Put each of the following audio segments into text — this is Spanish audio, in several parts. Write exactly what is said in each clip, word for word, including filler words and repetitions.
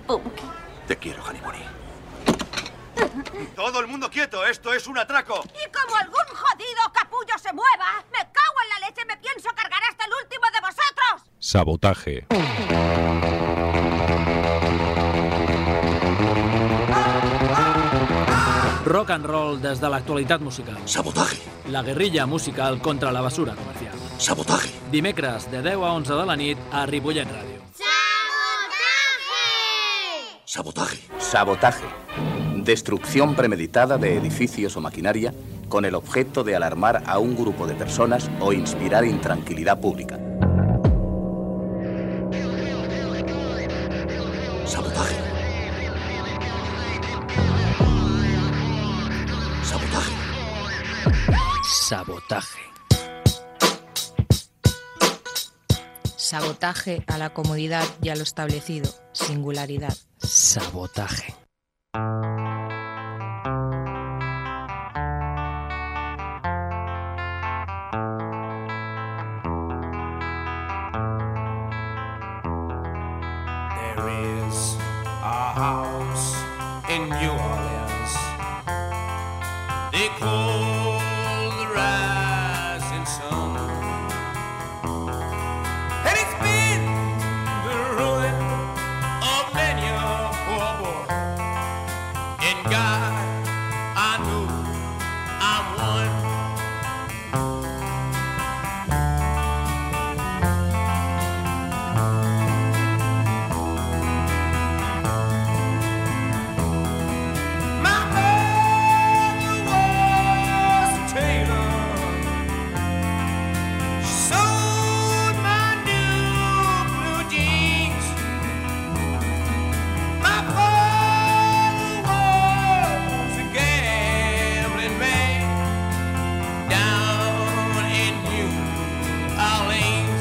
Punky. Te quiero, Honeymoney. ¡Todo el mundo quieto! ¡Esto es un atraco! Y como algún jodido capullo se mueva, me cago en la leche y me pienso cargar hasta el último de vosotros. Sabotaje. Rock and roll des de l'actualitat musical. Sabotaje. La guerrilla musical contra la basura comercial. Sabotaje. Dimecres de deu a onze de la nit a Ripollet Ràdio. Sabotaje. Sabotaje. Destrucción premeditada de edificios o maquinaria con el objeto de alarmar a un grupo de personas o inspirar intranquilidad pública. Sabotaje. Sabotaje. Sabotaje. Sabotaje a la comodidad y a lo establecido. Singularidad. Sabotaje. There is a house in New Orleans they call the Rising Sun, and it's been the ruin of many a poor boy. And God, I know I'm one. My mother was a tailor. She sewed my new blue jeans. My father was a gambling man down in New Orleans.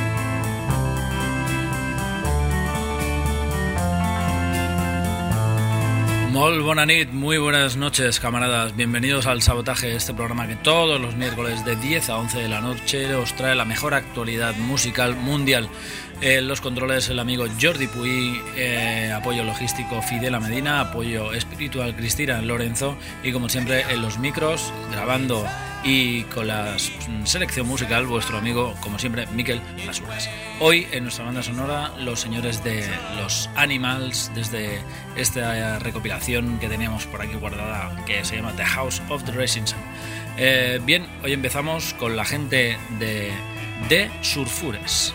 Molt bona nit, muy buenas noches, camaradas. Bienvenidos al Sabotaje, este programa que todos los miércoles de diez a once de la noche os trae la mejor actualidad musical mundial. En los controles el amigo Jordi Puy, eh, apoyo logístico Fidel Medina, apoyo espiritual Cristina Lorenzo y como siempre en los micros, grabando y con la selección musical vuestro amigo, como siempre, Miquel Basuras. Hoy en nuestra banda sonora los señores de los Animals, desde esta recopilación que teníamos por aquí guardada que se llama The House of the Rising Sun. Eh, bien, hoy empezamos con la gente de The Surfures.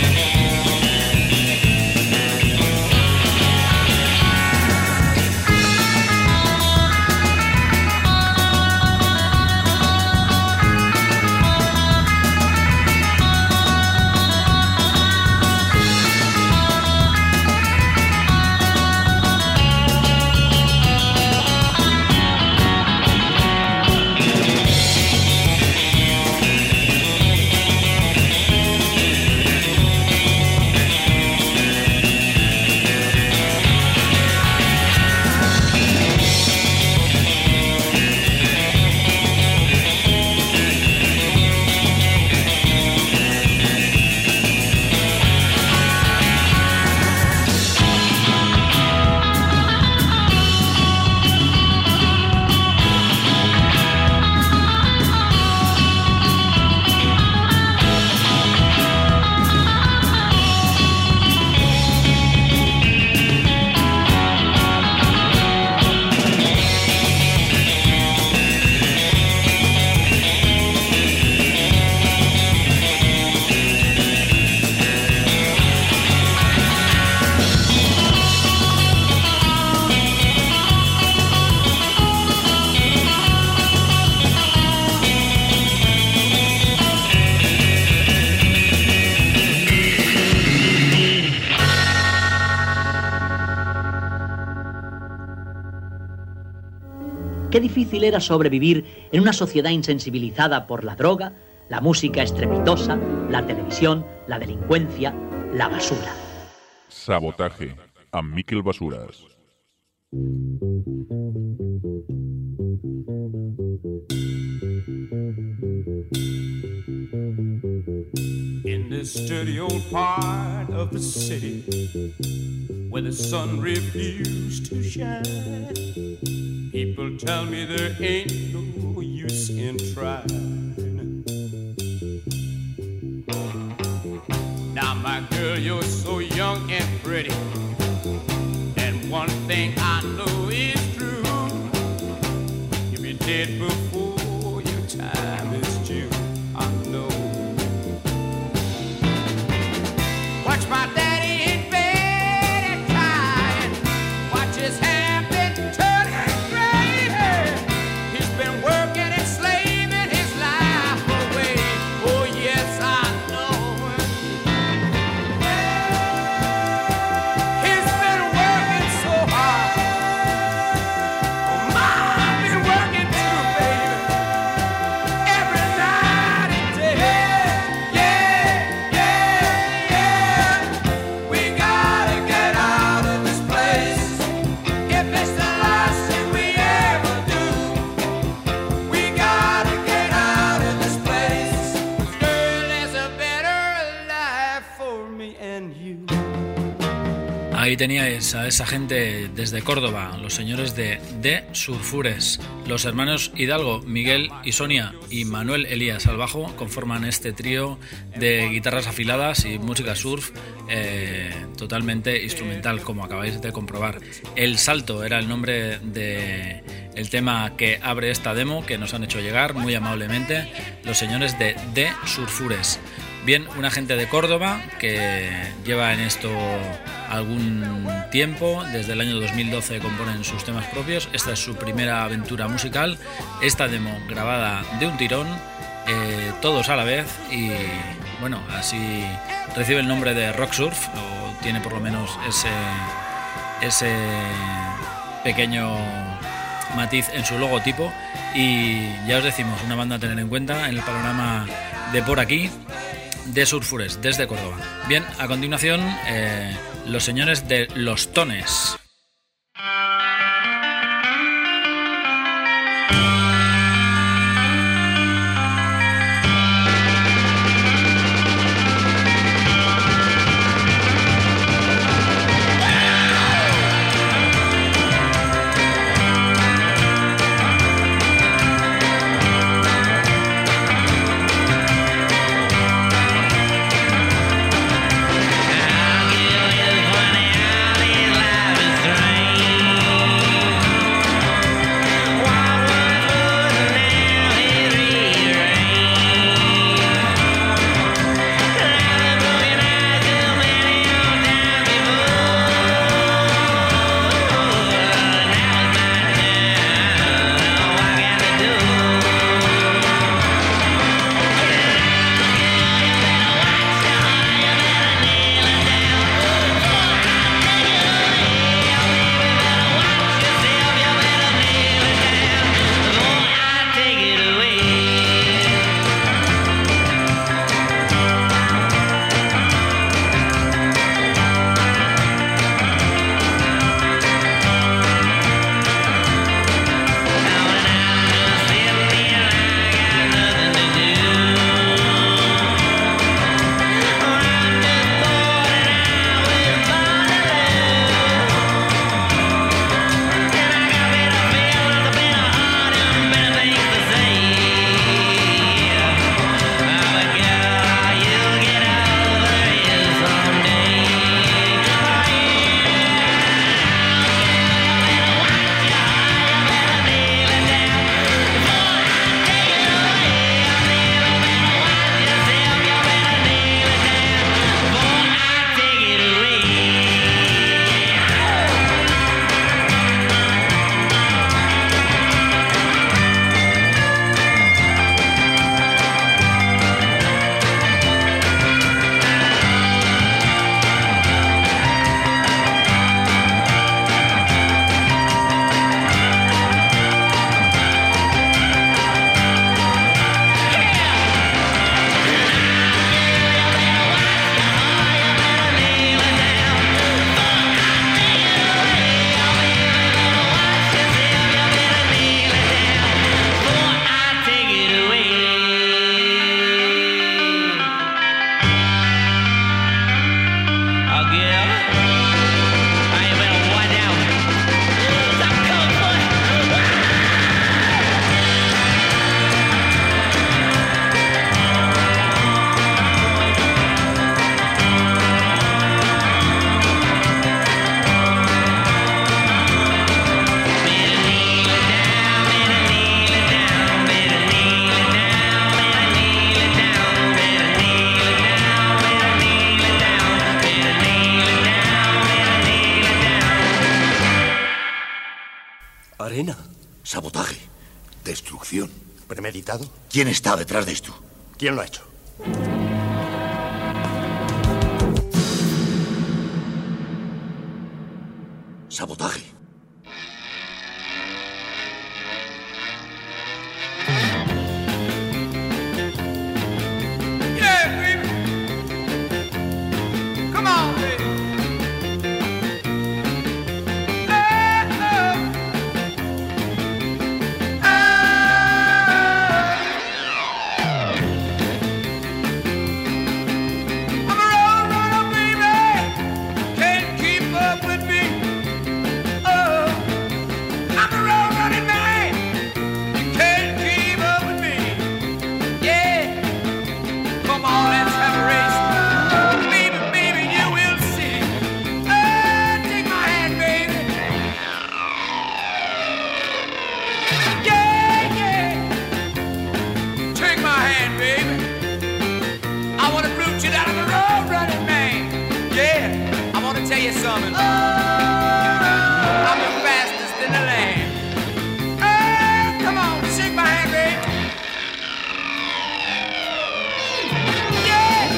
Thank qué difícil era sobrevivir en una sociedad insensibilizada por la droga, la música estrepitosa, la televisión, la delincuencia, la basura. Sabotaje, amb Miquel Basuras. In this dirty old part of the city where the sun refused to shine, people tell me there ain't no use in trying. Now my girl, you're so young and pretty, and one thing I know is true, you'll be dead before your time is due. I know. Watch my daddy in bed and crying, watch his hand been turning gray. He's been working and slaving his life away. Oh yes, I know. He's been working so hard. Oh, Mom been working too, baby. Every night and day. Yeah, yeah, yeah. We gotta get out of this place. If it's the last thing we ever do, we gotta get out of this place. 'Cause girl, there's a better life for me and you. Ahí teníais a esa gente desde Córdoba, los señores de De Surfures. Los hermanos Hidalgo, Miguel y Sonia, y Manuel Elías al bajo conforman este trío de guitarras afiladas y música surf eh, totalmente instrumental, como acabáis de comprobar. El Salto era el nombre de el tema que abre esta demo que nos han hecho llegar muy amablemente los señores de De Surfures. Bien, una gente de Córdoba que lleva en esto algún tiempo, desde el año dos mil doce componen sus temas propios. Esta es su primera aventura musical, esta demo grabada de un tirón, eh, todos a la vez, y bueno, así recibe el nombre de Rock Surf, o tiene por lo menos ese, ese pequeño matiz en su logotipo. Y ya os decimos, una banda a tener en cuenta en el panorama de por aquí, De Surfures, desde Córdoba. Bien, a continuación, eh, los señores de Los Tones. I'll give you twenty hours, life is Sabotaje. Destrucción. ¿Premeditado? ¿Quién está detrás de esto? ¿Quién lo ha hecho? Sabotaje. Yeah, baby. Come on, baby. Something. I'm the fastest in the land. Oh, come on, shake my hand, baby. Yeah.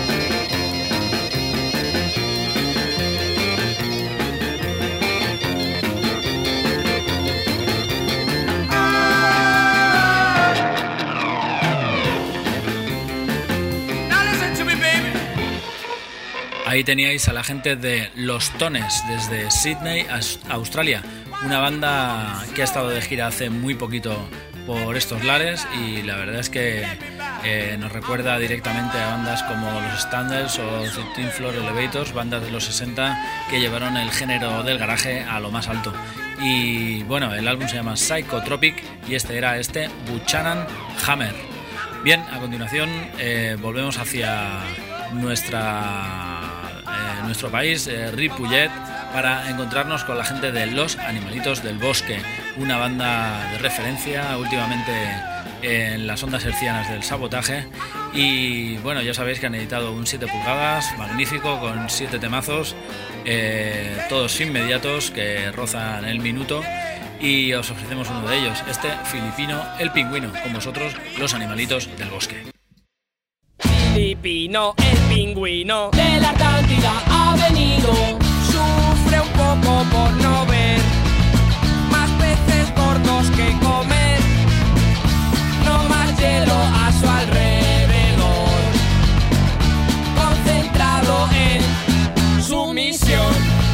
Oh. Now listen to me, baby. Ahí teníais a la gente de Los Tones desde Sydney, Australia, una banda que ha estado de gira hace muy poquito por estos lares y la verdad es que eh, nos recuerda directamente a bandas como los Standards o thirteen Floor Elevators, bandas de los sesenta que llevaron el género del garaje a lo más alto. Y bueno, el álbum se llama Psychotropic y este era este Buchanan Hammer. Bien, a continuación eh, volvemos hacia nuestra nuestro país, eh, Ripollet, para encontrarnos con la gente de Los Animalitos del Bosque, una banda de referencia últimamente en las ondas hercianas del Sabotaje. Y bueno, ya sabéis que han editado un siete pulgadas magnífico con siete temazos, eh, todos inmediatos que rozan el minuto, y os ofrecemos uno de ellos, este filipino, El Pingüino, con vosotros, Los Animalitos del Bosque. Filipino, el pingüino de la Atlántida ha venido. Sufre un poco por no ver más peces gordos que comer. No más hielo a su alrededor. Concentrado en su misión.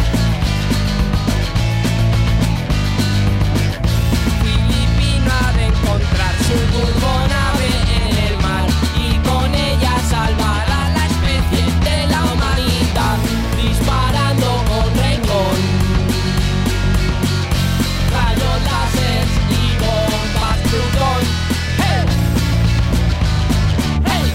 Filipino ha de encontrar su turbonave en el mar y con ella salvar a la especie de la humanidad, disparando con rencor, rayos láser y bombas Plutón. ¡Hey! ¡Hey!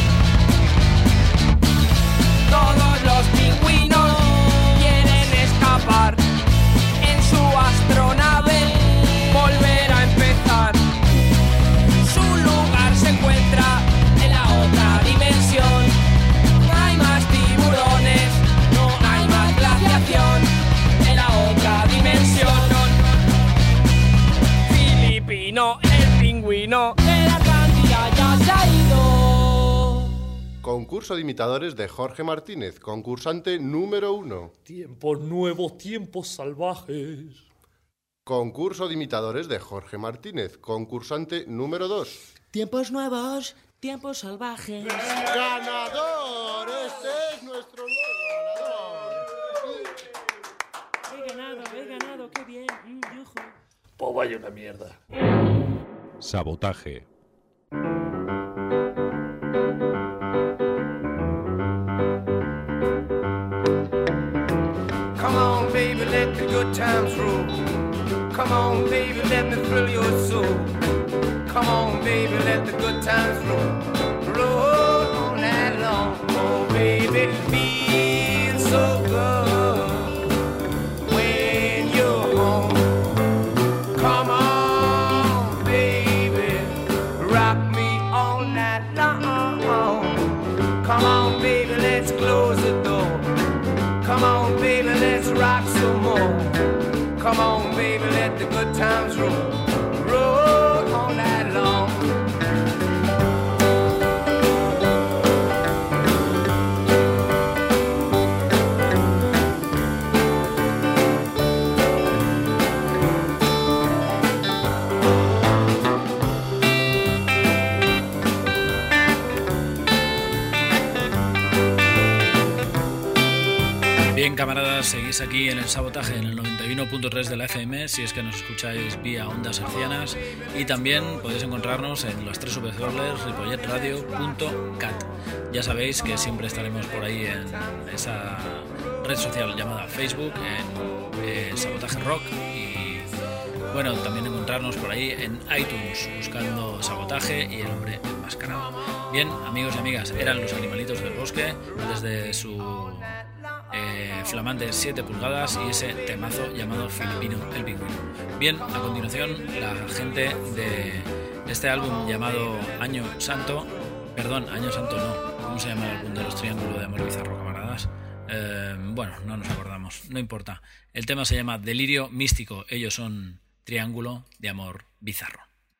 Todos los pingüinos quieren escapar en su astronave, volver a empezar. Su lugar se encuentra en la otra dimensión. No hay más tiburones, no hay más glaciación en la otra dimensión. Filipino, el pingüino de la Atlántida ya se ha ido. Concurso de imitadores de Jorge Martínez, concursante número uno. Tiempos nuevos, tiempos salvajes. Concurso de imitadores de Jorge Martínez, concursante número dos. Tiempos nuevos, tiempos salvajes. ¡Ganador! Este es nuestro nuevo ganador. He ganado, he ganado, qué bien. Mm, yujo. Pues vaya una mierda. Sabotaje. Come on, baby, let the good times roll. Come on, baby, let me thrill your soul. Come on, baby, let the good times roll. Roll all night long. Oh, baby, it feels so good when you're home. Come on, baby, rock me all night long. Come on, baby, let's close the door. Come on, baby, let's rock some more. Come on, baby, let the good times roll. amigas, seguís aquí en el Sabotaje en el noventa y uno punto tres de la F M, si es que nos escucháis vía ondas hercianas, y también podéis encontrarnos en las tres w punto ripollet radio punto cat. Ya sabéis que siempre estaremos por ahí en esa red social llamada Facebook, en eh, Sabotaje Rock, y bueno, también encontrarnos por ahí en iTunes buscando Sabotaje y el hombre enmascarado. Bien, amigos y amigas, eran los Animalitos del Bosque desde su eh, flamante siete pulgadas y ese temazo llamado Filipino el Pingüino. Bien, a continuación la gente de este álbum llamado Año Santo, perdón, Año Santo no, ¿cómo se llama el álbum de los Triángulo de Amor Bizarro, camaradas? Eh, bueno, no nos acordamos, no importa. El tema se llama Delirio Místico, ellos son Triángulo de Amor Bizarro.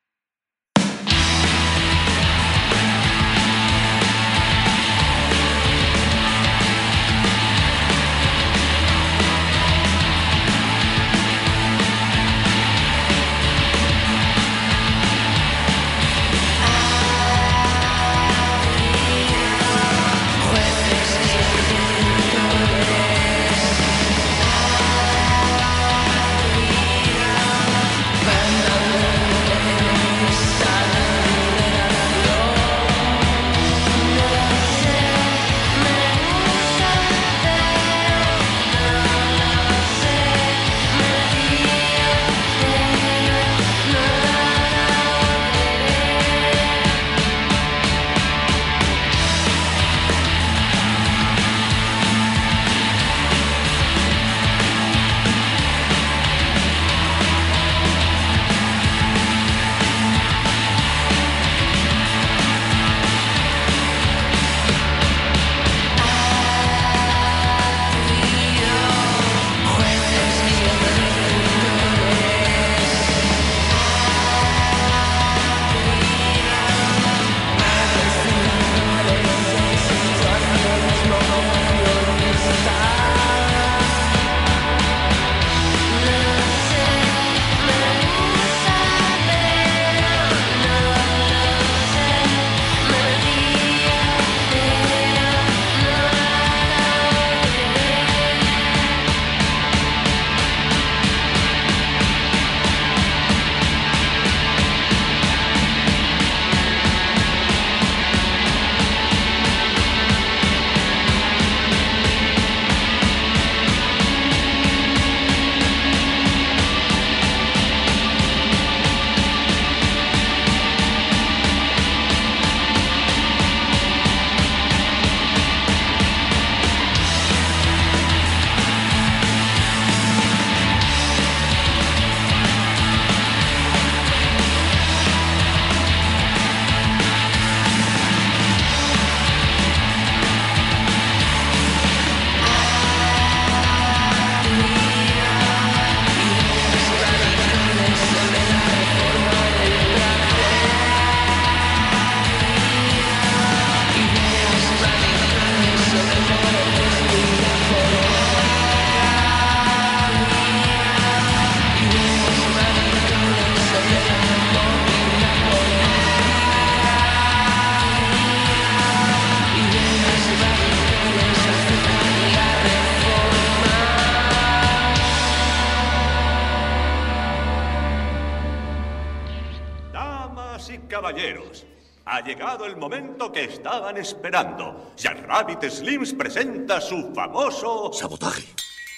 Caballeros, ha llegado el momento que estaban esperando. Jack Rabbit Slims presenta su famoso... Sabotaje.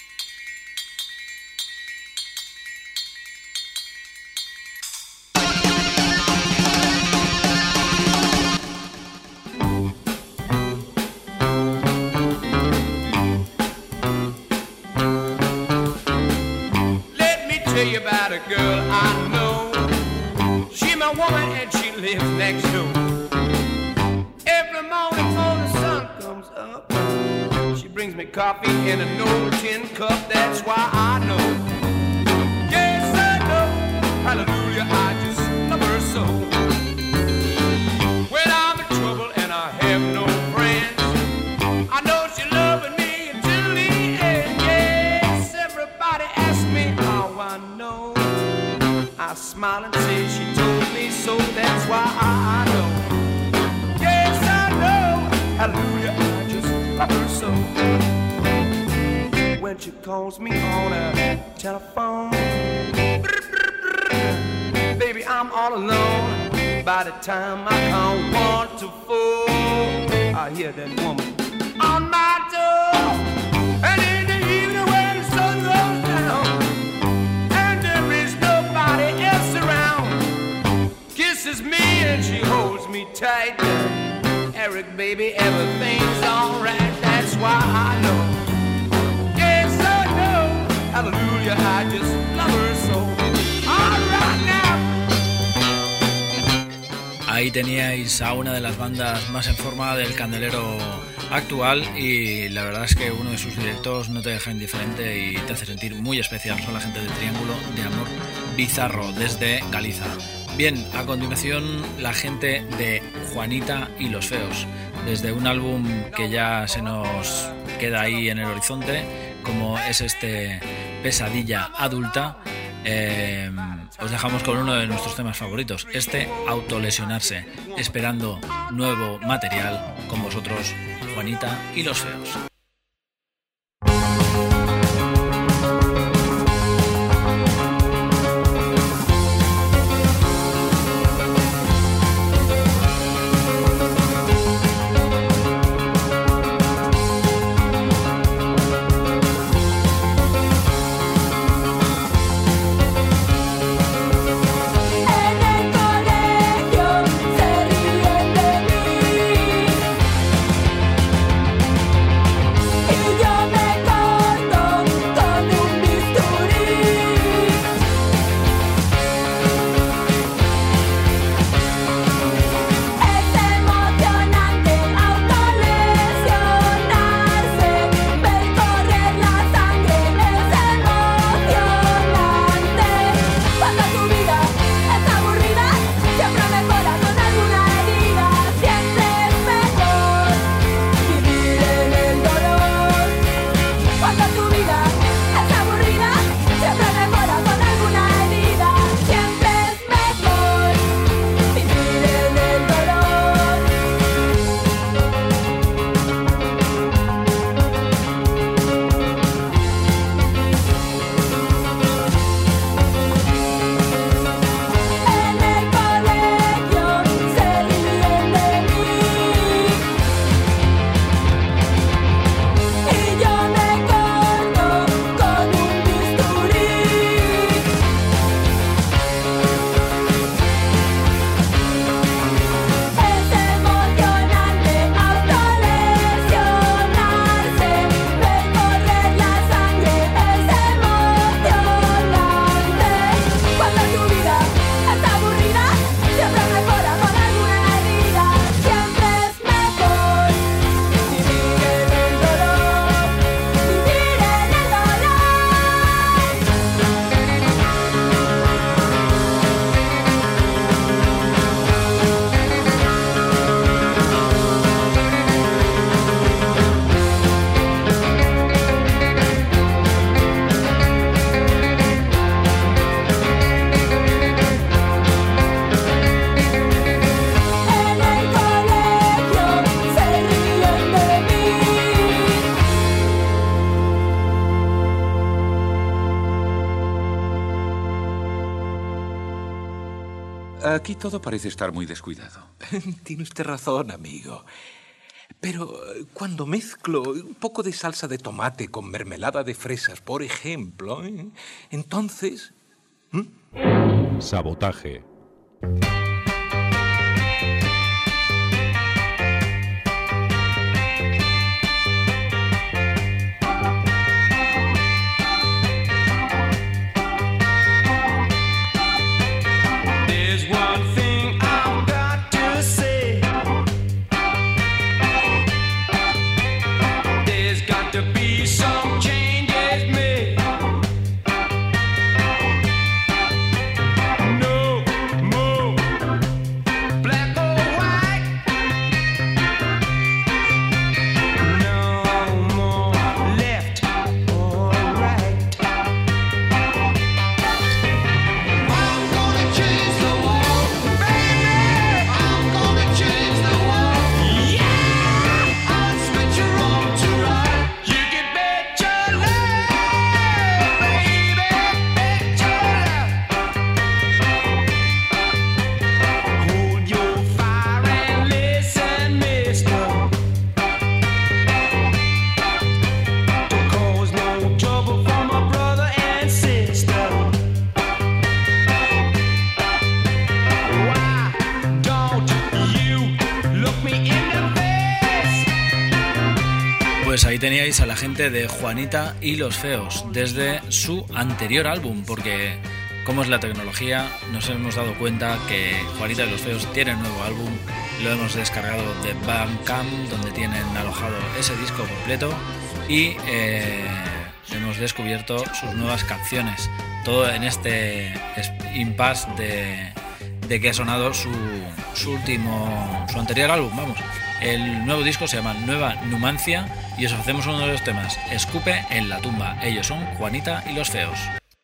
Let me tell you about a girl I know. She's my woman and she lives next door. Every morning before the sun comes up, she brings me coffee in an old tin cup. That's why I know. Yes, I know. Hallelujah, I just love her so. When I'm in trouble and I have no friends, I know she's loving me until the end. Yes, everybody asks me how I know. I smile and say she told me so. That's why I know. Yes, I know. Hallelujah, I just love her so. When she calls me on a telephone. Baby, I'm all alone. By the time I count one to four, I hear that woman on my door. And in the evening when the sun goes down and there is nobody else around, kisses me and she holds me tight. Eric, baby, everything's alright. That's why I know. Yes, I know. Hallelujah, I just love her so. Alright now. Ahí teníais a una de las bandas más en forma del candelero actual y la verdad es que uno de sus directos no te deja indiferente y te hace sentir muy especial. Son la gente de Triángulo de Amor Bizarro desde Galiza. Bien, a continuación la gente de Juanita y los Feos, desde un álbum que ya se nos queda ahí en el horizonte, como es este Pesadilla Adulta. Eh, os dejamos con uno de nuestros temas favoritos, este Autolesionarse, esperando nuevo material con vosotros, Juanita y los Feos. Aquí todo parece estar muy descuidado. Tiene usted razón, amigo. Pero cuando mezclo un poco de salsa de tomate con mermelada de fresas, por ejemplo, ¿eh? entonces... ¿Mm? Sabotaje. No more Pues ahí teníais a la gente de Juanita y los Feos, desde su anterior álbum, porque como es la tecnología, nos hemos dado cuenta que Juanita y los Feos tienen un nuevo álbum, lo hemos descargado de Bandcamp, donde tienen alojado ese disco completo, y eh, hemos descubierto sus nuevas canciones, todo en este impasse de, de que ha sonado su, su último, su anterior álbum, vamos. El nuevo disco se llama Nueva Numancia y os ofrecemos uno de los temas, Escupe en la tumba. Ellos son Juanita y los Feos.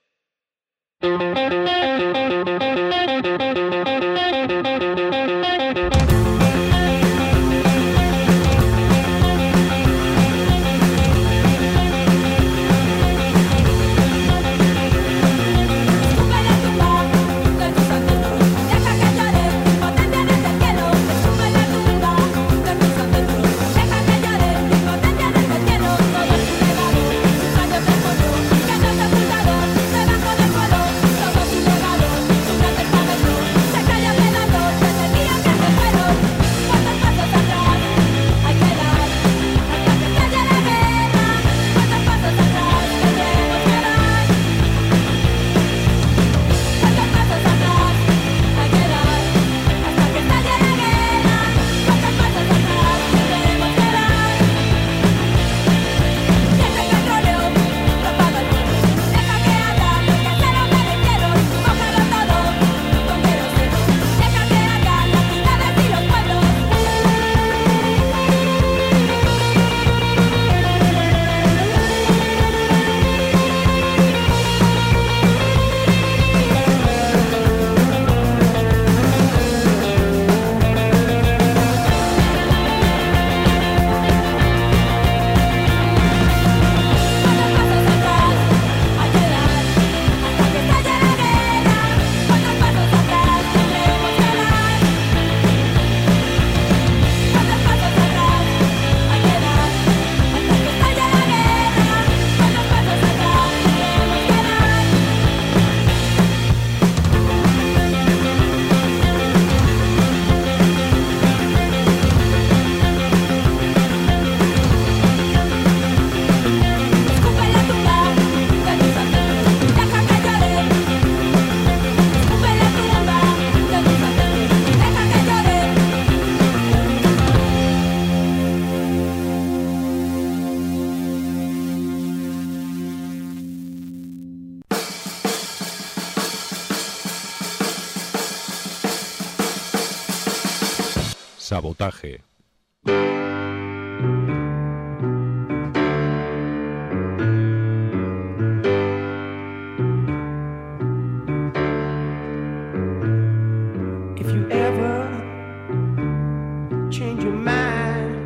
Sabotaje. If you ever change your mind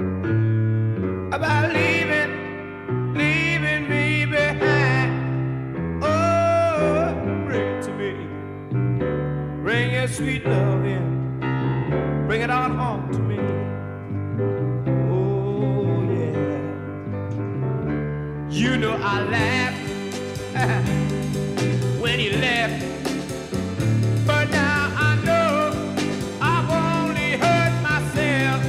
about leaving, leaving me behind, oh, bring it to me. Bring your sweet love in. Bring it on home to me. Oh, yeah. You know I laughed when you left. But now I know I've only hurt myself.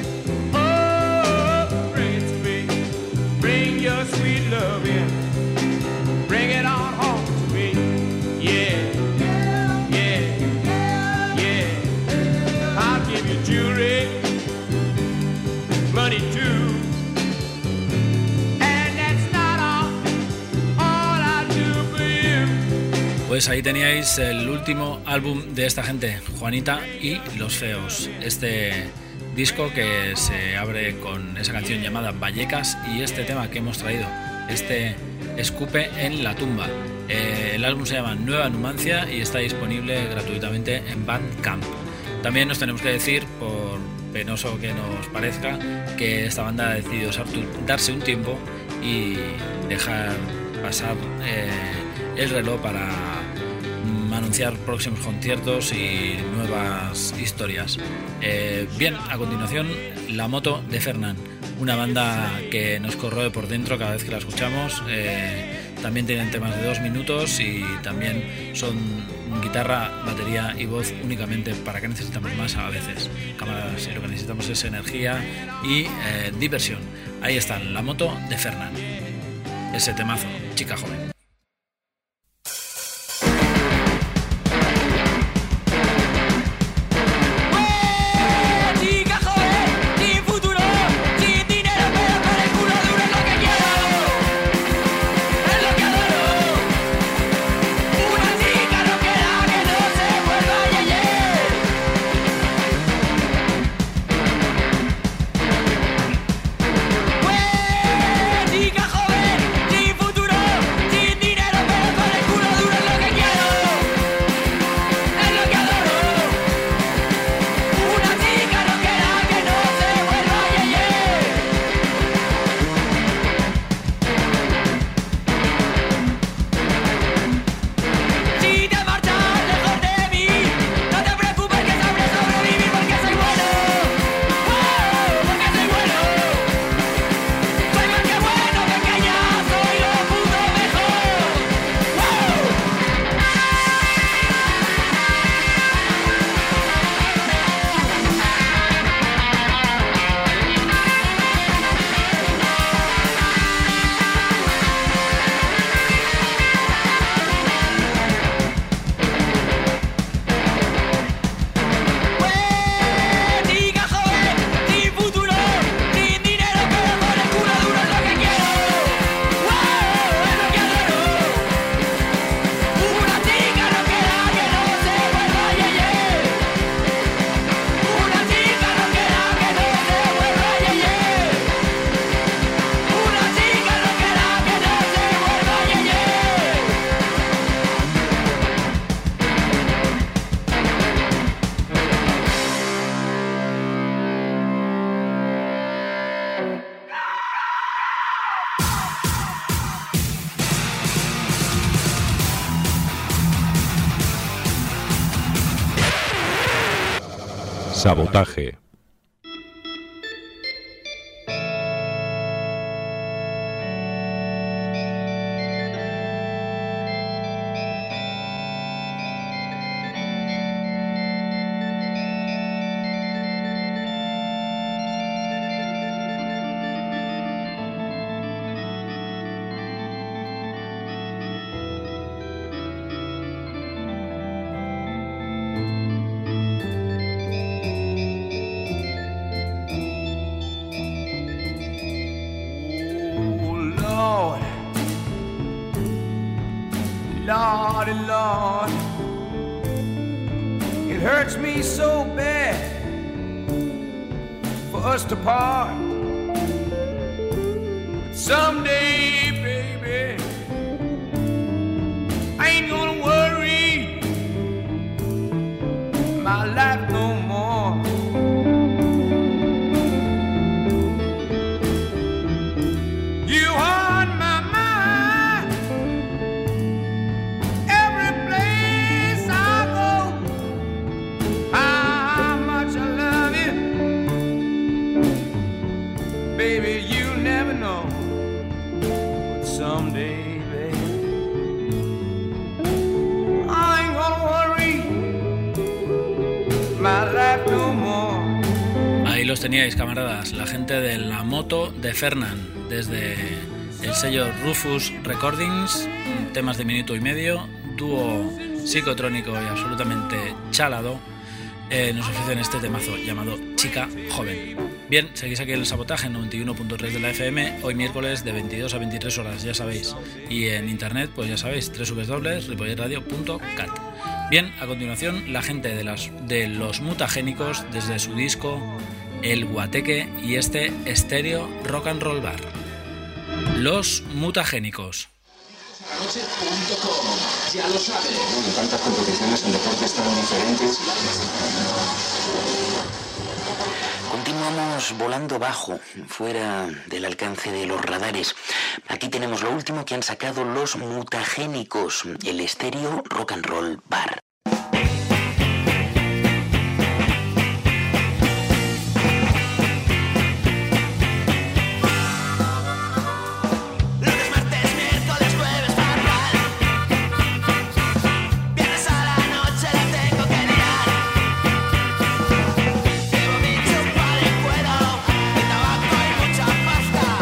Oh, bring it to me. Bring your sweet love in. Bring it on home to me. Yeah. Jewelry, money too, and that's not all, all I do for you. Pues ahí teníais el último álbum de esta gente, Juanita y los Feos. Este disco que se abre con esa canción llamada Vallecas y este tema que hemos traído, este Escupe en la tumba. Eh, el álbum se llama Nueva Numancia y está disponible gratuitamente en Bandcamp. También nos tenemos que decir, por penoso que nos parezca, que esta banda ha decidido darse un tiempo y dejar pasar eh, el reloj para anunciar próximos conciertos y nuevas historias. Eh, bien, a continuación, La Moto de Fernán, una banda que nos corroe por dentro cada vez que la escuchamos. Eh, también tienen temas de dos minutos y también son guitarra, batería y voz únicamente. ¿Para qué necesitamos más a veces, camaradas? Y lo que necesitamos es energía y eh, diversión. Ahí está, La moto de Fernán. Ese temazo, Chica joven. Sabotaje. Lordy, Lord, it hurts me so bad for us to part. Someday, baby, I ain't gonna worry my life no more. You are my mind every place I go. How much I love you, baby, you never know. But someday, baby, I ain't gonna worry my life no more. Ahí los teníais, camaradas, la gente de La moto de Fernán, desde el sello Rufus Recordings, temas de minuto y medio, dúo psicotrónico y absolutamente chalado, eh, nos ofrecen este temazo llamado Chica Joven. Bien, seguís aquí en el Sabotaje en noventa y uno punto tres de la F M, hoy miércoles de veintidós a veintitrés horas, ya sabéis, y en internet, pues ya sabéis, doble u doble u doble u punto ripollet radio punto cat. Bien, a continuación, la gente de, las, de los Mutagénicos, desde su disco El Guateque y este Estéreo Rock and Roll Bar. Los Mutagénicos. Noche punto com, ya lo sabes. Bueno, tantas competiciones en deportes tan diferentes. Continuamos volando bajo, fuera del alcance de los radares. Aquí tenemos lo último que han sacado los Mutagénicos, el Estéreo Rock and Roll Bar. Mucha pasta.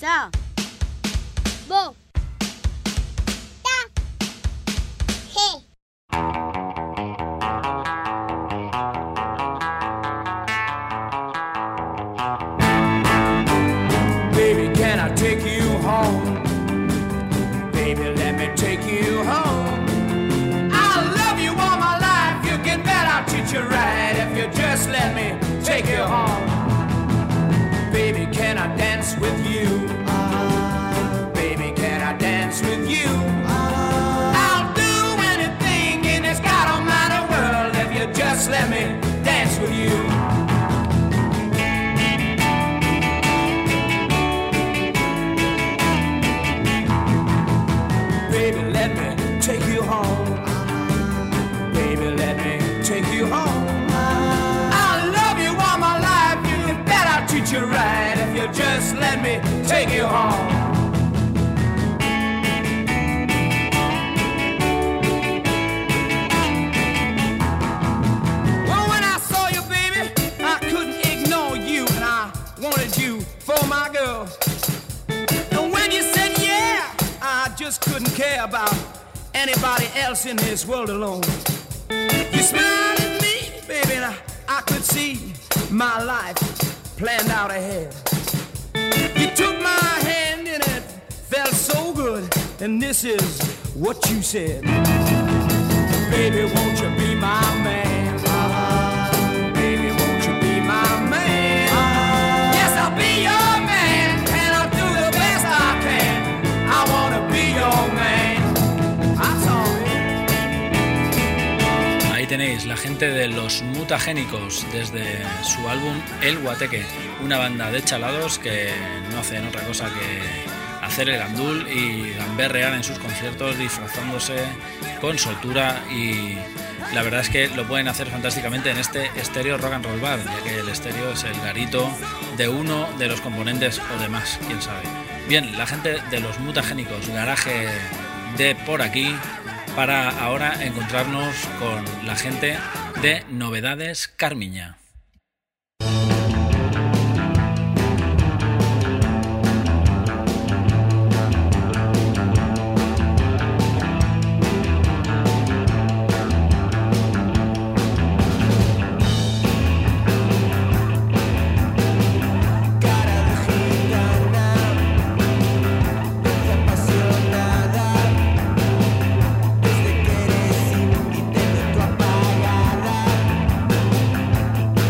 Sa. Bo. Ta. He. Baby, can I take you home? Baby, let me take you home. I'll love you all my life. You can bet I'll treat you right if you just let me take you home. Baby, can I dance with you? Baby, can I dance with you? I'll do anything in this God almighty world if you just let me dance with you. Baby, let me take you home. Baby, let me take you home. I'll love you all my life. You can bet I'll treat you right if you just let me take you home. Well, when I saw you, baby, I couldn't ignore you, and I wanted you for my girl. And when you said yeah, I just couldn't care about anybody else in this world alone. You smiled at me, baby, and I, I could see my life planned out ahead. You took my hand and it felt so good, and this is what you said. Baby, won't you be my man? Uh-huh. Baby, won't you be my man? Uh-huh. Yes, I'll be your man, and I'll do the best I can. I wanna be your man. That's all. Ahí tenéis la gente de Los Mutagénicos desde su álbum El Guateque, una banda de chalados que no hacen otra cosa que hacer el gandul y gamberrear en sus conciertos disfrazándose con soltura, y la verdad es que lo pueden hacer fantásticamente en este estéreo Rock and Roll Bar, ya que el estéreo es el garito de uno de los componentes o de más, quién sabe. Bien, la gente de Los Mutagénicos, garaje de por aquí, para ahora encontrarnos con la gente de Novedades Carmiña. Desde que eres y tengo tu apagada.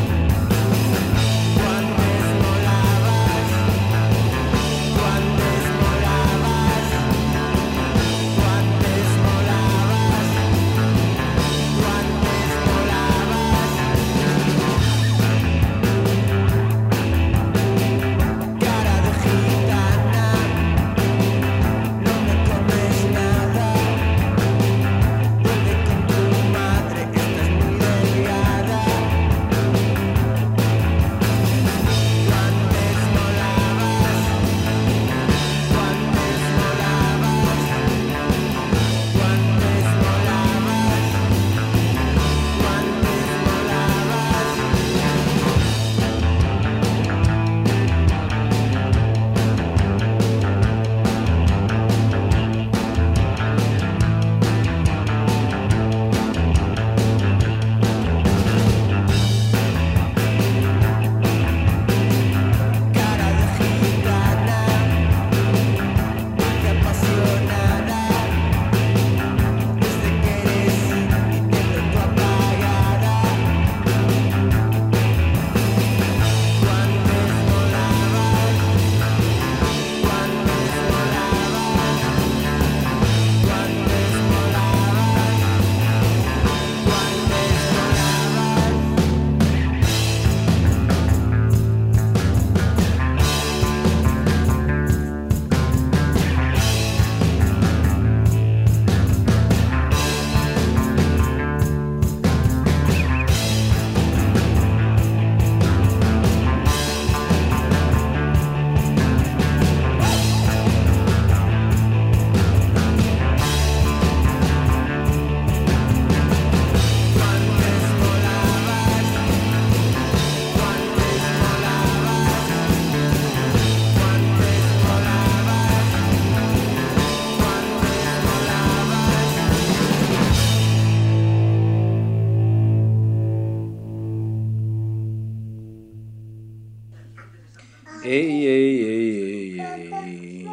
Ey, ey, ey, ey, ey.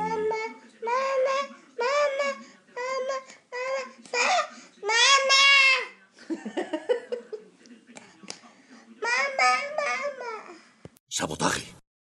Sabotaje.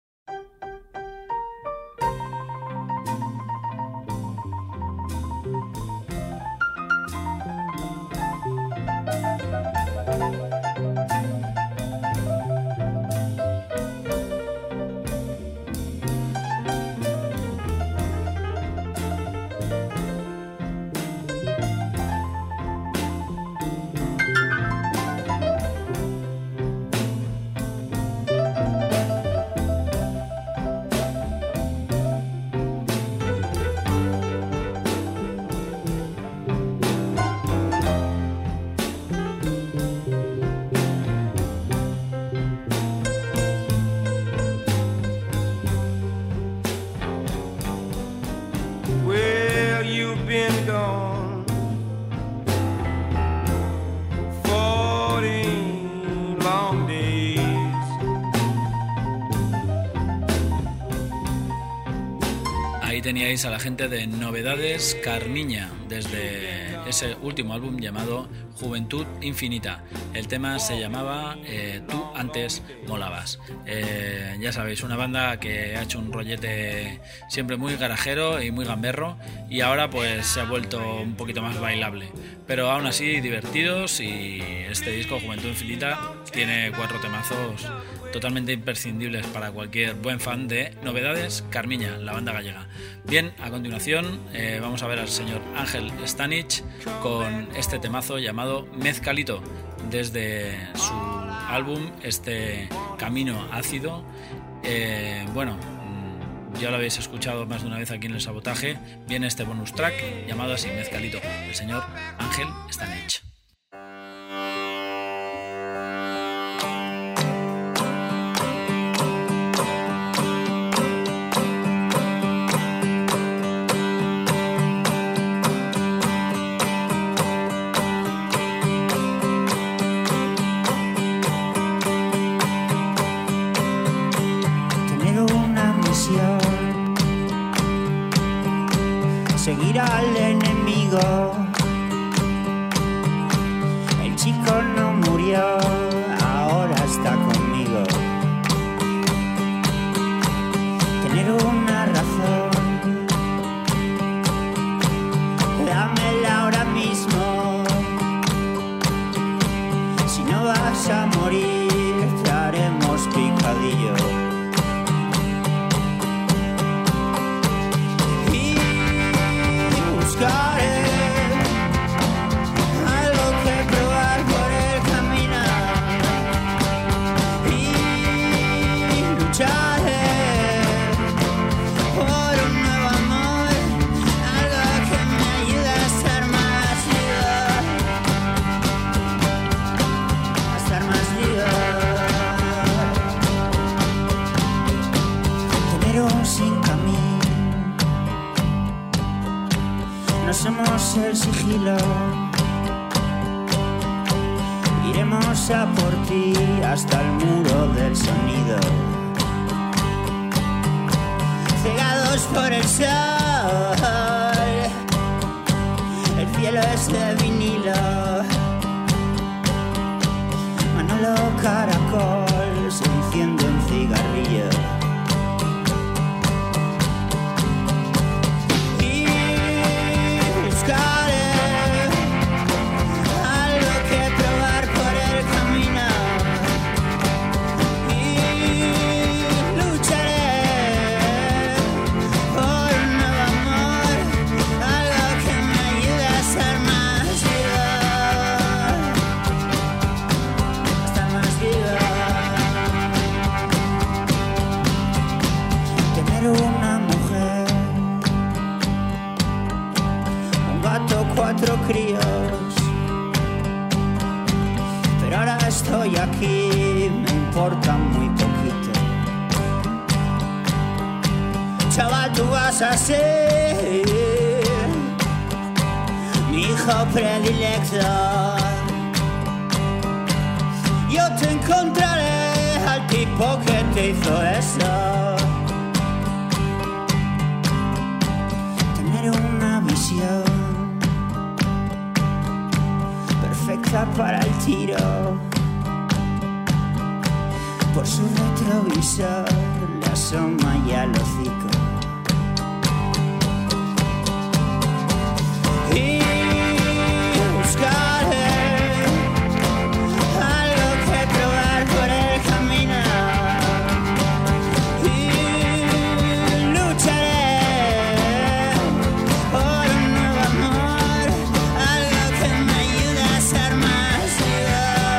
Well, you've been gone fourteen long days. Ahí teníais a la gente de Novedades Carmiña, desde ese último álbum llamado Juventud Infinita. El tema se llamaba eh, Tú antes molabas. Eh, ya sabéis, una banda que ha hecho un rollete siempre muy garajero y muy gamberro, y ahora pues se ha vuelto un poquito más bailable, pero aún así divertidos. Y este disco Juventud Infinita tiene cuatro temazos totalmente imprescindibles para cualquier buen fan de Novedades Carmiña, la banda gallega. Bien, a continuación eh, vamos a ver al señor Ángel Stanich con este temazo llamado Mezcalito, desde su álbum este Camino Ácido. Eh, bueno, ya lo habéis escuchado más de una vez aquí en el Sabotaje. Viene este bonus track llamado así, Mezcalito, el señor Ángel Stanich. Seguir al enemigo. El chico no murió, ahora está conmigo. Tener una razón, dámela ahora mismo. Si no vas a morir, te haremos picadillo. Algo que probar por el camino y lucharé por un nuevo amor, algo que me ayude a estar más vivo, a estar más vivo. Tener un sin camino. No somos el sigilo, iremos a por ti hasta el muro del sonido. Cegados por el sol, el cielo es de vinilo. Manolo Caracol se enciende un cigarrillo. Cuatro críos, pero ahora estoy aquí, me importa muy poquito. Chaval, tú vas a ser mi hijo predilecto. Yo te encontraré al tipo que te hizo eso. lista para el tiro. Por su retrovisor le asoma ya el hocico. Y buscaré algo que probar por el camino. Y lucharé por un nuevo amor, algo que me ayude a ser más vivo.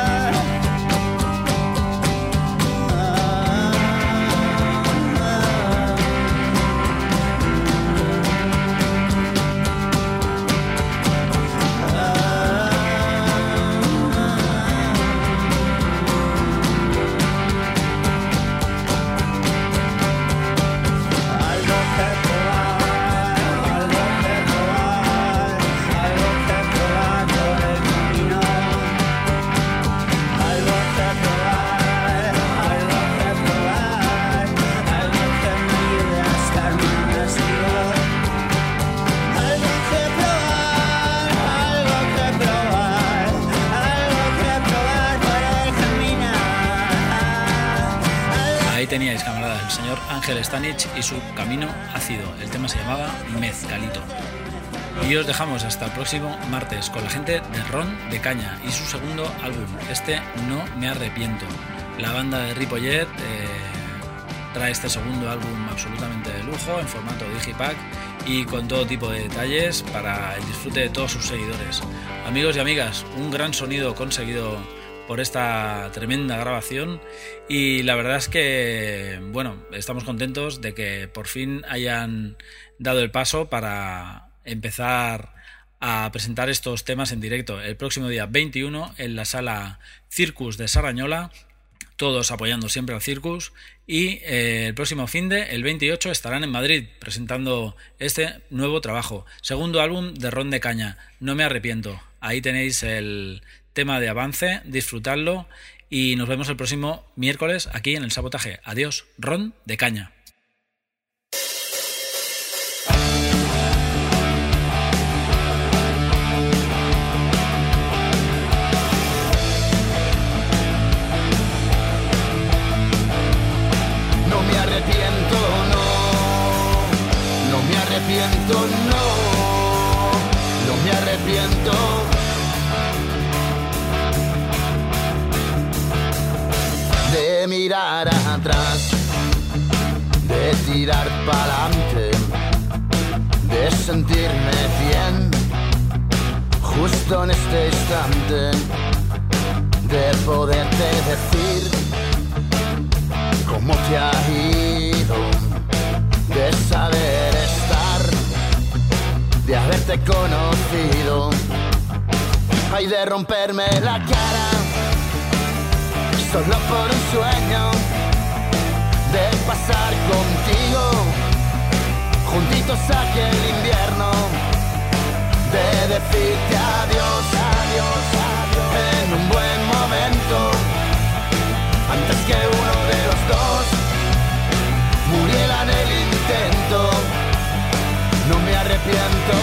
Ahí teníais, camaradas, el señor Ángel Stanich y su Camino Ácido. El tema se llamaba Mezcalito. Y os dejamos hasta el próximo martes con la gente de Ron de Caña y su segundo álbum, este No Me Arrepiento. La banda de Ripollet eh, trae este segundo álbum absolutamente de lujo en formato digipack y con todo tipo de detalles para el disfrute de todos sus seguidores. Amigos y amigas, un gran sonido conseguido por esta tremenda grabación y la verdad es que, bueno, estamos contentos de que por fin hayan dado el paso para empezar a presentar estos temas en directo el próximo día veintiuno en la sala Circus de Sarrañola, todos apoyando siempre al Circus, y eh, el próximo finde, el veintiocho, estarán en Madrid presentando este nuevo trabajo, segundo álbum de Ron de Caña, No Me Arrepiento. Ahí tenéis el tema de avance, disfrutadlo y nos vemos el próximo miércoles aquí en el Sabotaje. Adiós, Ron de Caña. No me arrepiento, no, no me arrepiento, no, no me arrepiento. De mirar atrás, de tirar pa'lante, de sentirme bien, justo en este instante, de poderte decir cómo te ha ido, de saber estar, de haberte conocido, ay, de romperme la cara solo por un sueño, de pasar contigo juntitos aquel invierno, de decirte adiós, adiós, adiós en un buen momento, antes que uno de los dos muriera en el intento. No me arrepiento.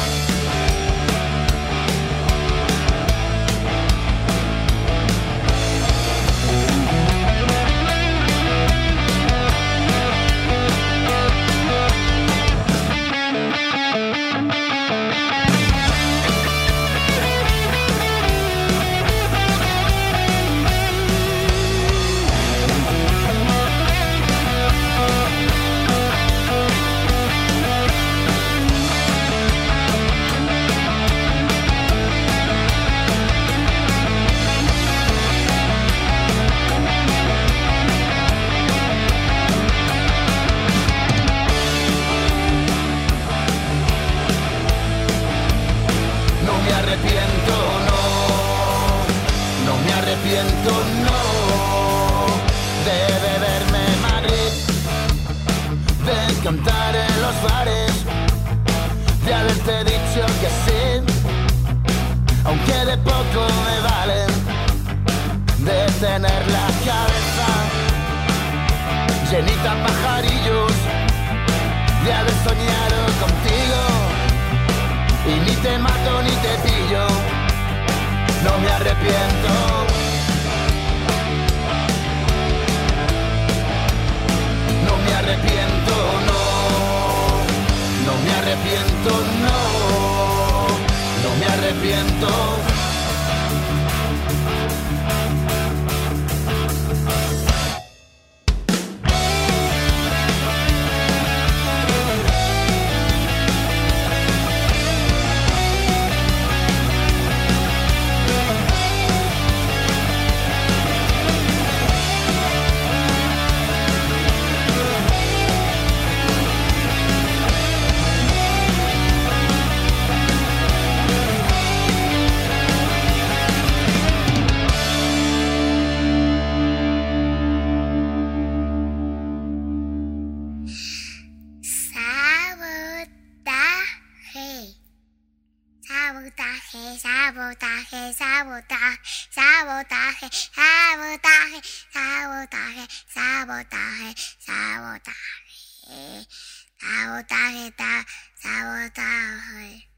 arrepiento, no, de beberme Madrid, de cantar en los bares, de haberte dicho que sí, aunque de poco me vale, de tener la cabeza llenita pajarillos, de haber soñado contigo y ni te mato ni te pillo. no me arrepiento. No me arrepiento, no. No me arrepiento, no. No me arrepiento. Sabotaje, sabotaje, sabotaje, sabotaje, sabotaje, sabotaje, sabotaje, sabotaje, sabotaje, sabotaje.